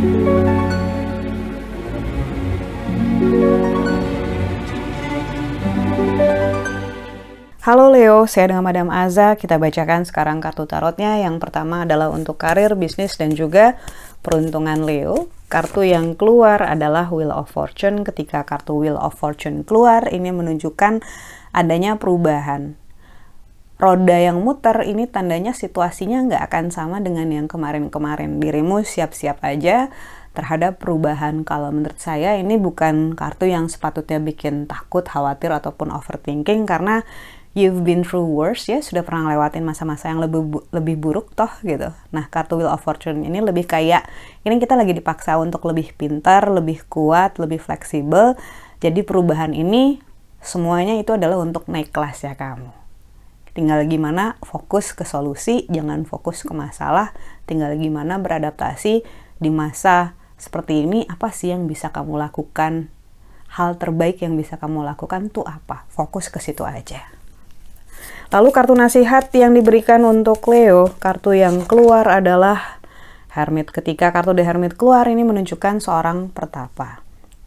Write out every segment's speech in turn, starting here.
Halo Leo, saya dengan Madam Aza. Kita bacakan sekarang kartu tarotnya. Yang pertama adalah untuk karir, bisnis, dan juga peruntungan Leo. Kartu yang keluar adalah Wheel of Fortune. Ketika kartu Wheel of Fortune keluar, ini menunjukkan adanya perubahan. Roda yang muter ini tandanya situasinya nggak akan sama dengan yang kemarin-kemarin. Dirimu siap-siap aja terhadap perubahan. Kalau menurut saya ini bukan kartu yang sepatutnya bikin takut, khawatir, ataupun overthinking, karena you've been through worse, ya, sudah pernah lewatin masa-masa yang lebih buruk toh gitu. Nah, kartu Wheel of Fortune ini lebih kayak, ini kita lagi dipaksa untuk lebih pintar, lebih kuat, lebih fleksibel. Jadi perubahan ini semuanya itu adalah untuk naik kelas ya kamu. Tinggal gimana fokus ke solusi, jangan fokus ke masalah. Tinggal gimana beradaptasi di masa seperti ini, apa sih yang bisa kamu lakukan? Hal terbaik yang bisa kamu lakukan tuh apa? Fokus ke situ aja. Lalu kartu nasihat yang diberikan untuk Leo, kartu yang keluar adalah Hermit. Ketika kartu The Hermit keluar, ini menunjukkan seorang pertapa.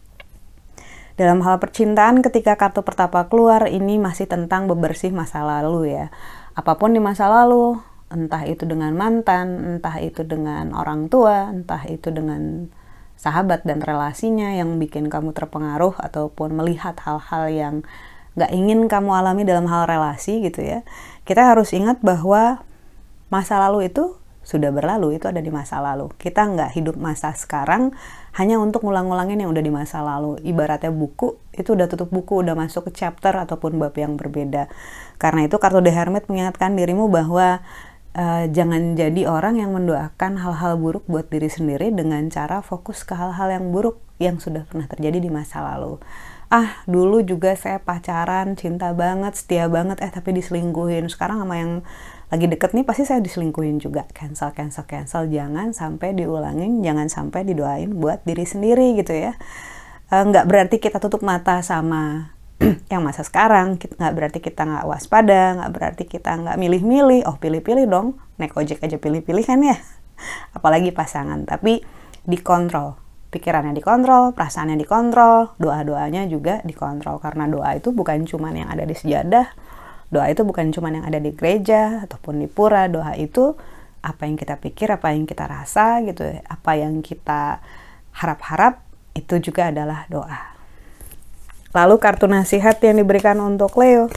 Dalam hal percintaan, ketika kartu pertapa keluar, ini masih tentang bebersih masa lalu ya. Apapun di masa lalu, entah itu dengan mantan, entah itu dengan orang tua, entah itu dengan sahabat dan relasinya yang bikin kamu terpengaruh ataupun melihat hal-hal yang nggak ingin kamu alami dalam hal relasi gitu ya. Kita harus ingat bahwa masa lalu itu sudah berlalu, itu ada di masa lalu. Kita nggak hidup masa sekarang hanya untuk ngulang-ngulangin yang udah di masa lalu. Ibaratnya buku, itu udah tutup buku, udah masuk ke chapter ataupun bab yang berbeda. Karena itu kartu The Hermit mengingatkan dirimu bahwa jangan jadi orang yang mendoakan hal-hal buruk buat diri sendiri dengan cara fokus ke hal-hal yang buruk yang sudah pernah terjadi di masa lalu. Dulu juga saya pacaran, cinta banget, setia banget, tapi diselingkuhin. Sekarang sama yang lagi deket nih pasti saya diselingkuhin juga. Cancel. Jangan sampai diulangin, jangan sampai didoain buat diri sendiri gitu ya. Nggak berarti kita tutup mata sama yang masa sekarang, nggak berarti kita nggak waspada, nggak berarti kita nggak milih-milih. Pilih-pilih dong, naik ojek aja pilih-pilih kan ya. Apalagi pasangan, tapi dikontrol. Pikirannya dikontrol, perasaannya dikontrol, doa-doanya juga dikontrol. Karena doa itu bukan cuma yang ada di sejadah, doa itu bukan cuma yang ada di gereja ataupun di pura. Doa itu apa yang kita pikir, apa yang kita rasa gitu, apa yang kita harap-harap, itu juga adalah doa. Lalu kartu nasihat yang diberikan untuk Leo.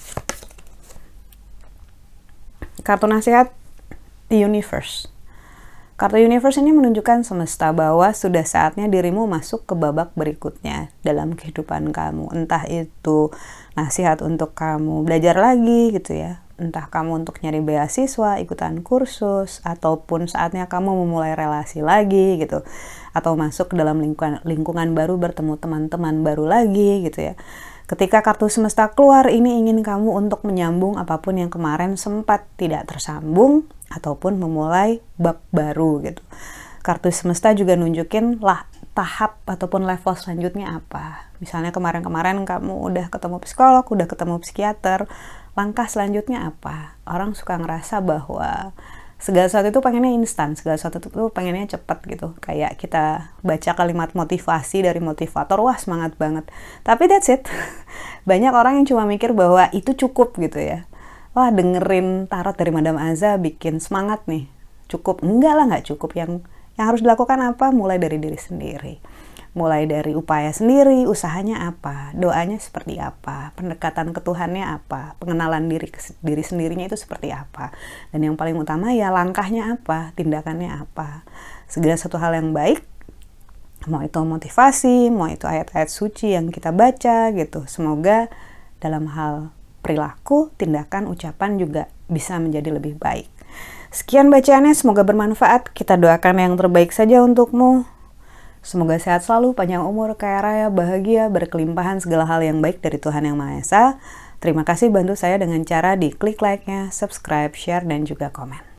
Kartu nasihat The Universe. Kartu Universe ini menunjukkan semesta bahwa sudah saatnya dirimu masuk ke babak berikutnya dalam kehidupan kamu. Entah itu nasihat untuk kamu belajar lagi gitu ya. Entah kamu untuk nyari beasiswa, ikutan kursus, ataupun saatnya kamu memulai relasi lagi gitu. Atau masuk ke dalam lingkungan baru, bertemu teman-teman baru lagi gitu ya. Ketika kartu semesta keluar, ini ingin kamu untuk menyambung apapun yang kemarin sempat tidak tersambung ataupun memulai bab baru gitu. Kartu semesta juga nunjukin lah tahap ataupun level selanjutnya apa. Misalnya kemarin-kemarin kamu udah ketemu psikolog, udah ketemu psikiater, langkah selanjutnya apa? Orang suka ngerasa bahwa segala sesuatu itu pengennya instan, segala sesuatu itu pengennya cepat gitu. Kayak kita baca kalimat motivasi dari motivator, wah semangat banget. Tapi that's it. Banyak orang yang cuma mikir bahwa itu cukup gitu ya. Wah dengerin tarot dari Madam Aza bikin semangat nih. Cukup? Enggak lah, nggak cukup. Yang harus dilakukan apa? Mulai dari diri sendiri. Mulai dari upaya sendiri, usahanya apa, doanya seperti apa, pendekatan ke Tuhannya apa, pengenalan diri sendirinya itu seperti apa. Dan yang paling utama ya langkahnya apa, tindakannya apa. Segala satu hal yang baik, mau itu motivasi, mau itu ayat-ayat suci yang kita baca gitu. Semoga dalam hal perilaku, tindakan, ucapan juga bisa menjadi lebih baik. Sekian bacaannya, semoga bermanfaat. Kita doakan yang terbaik saja untukmu. Semoga sehat selalu, panjang umur, kaya raya, bahagia, berkelimpahan segala hal yang baik dari Tuhan Yang Maha Esa. Terima kasih bantu saya dengan cara di klik like-nya, subscribe, share, dan juga komen.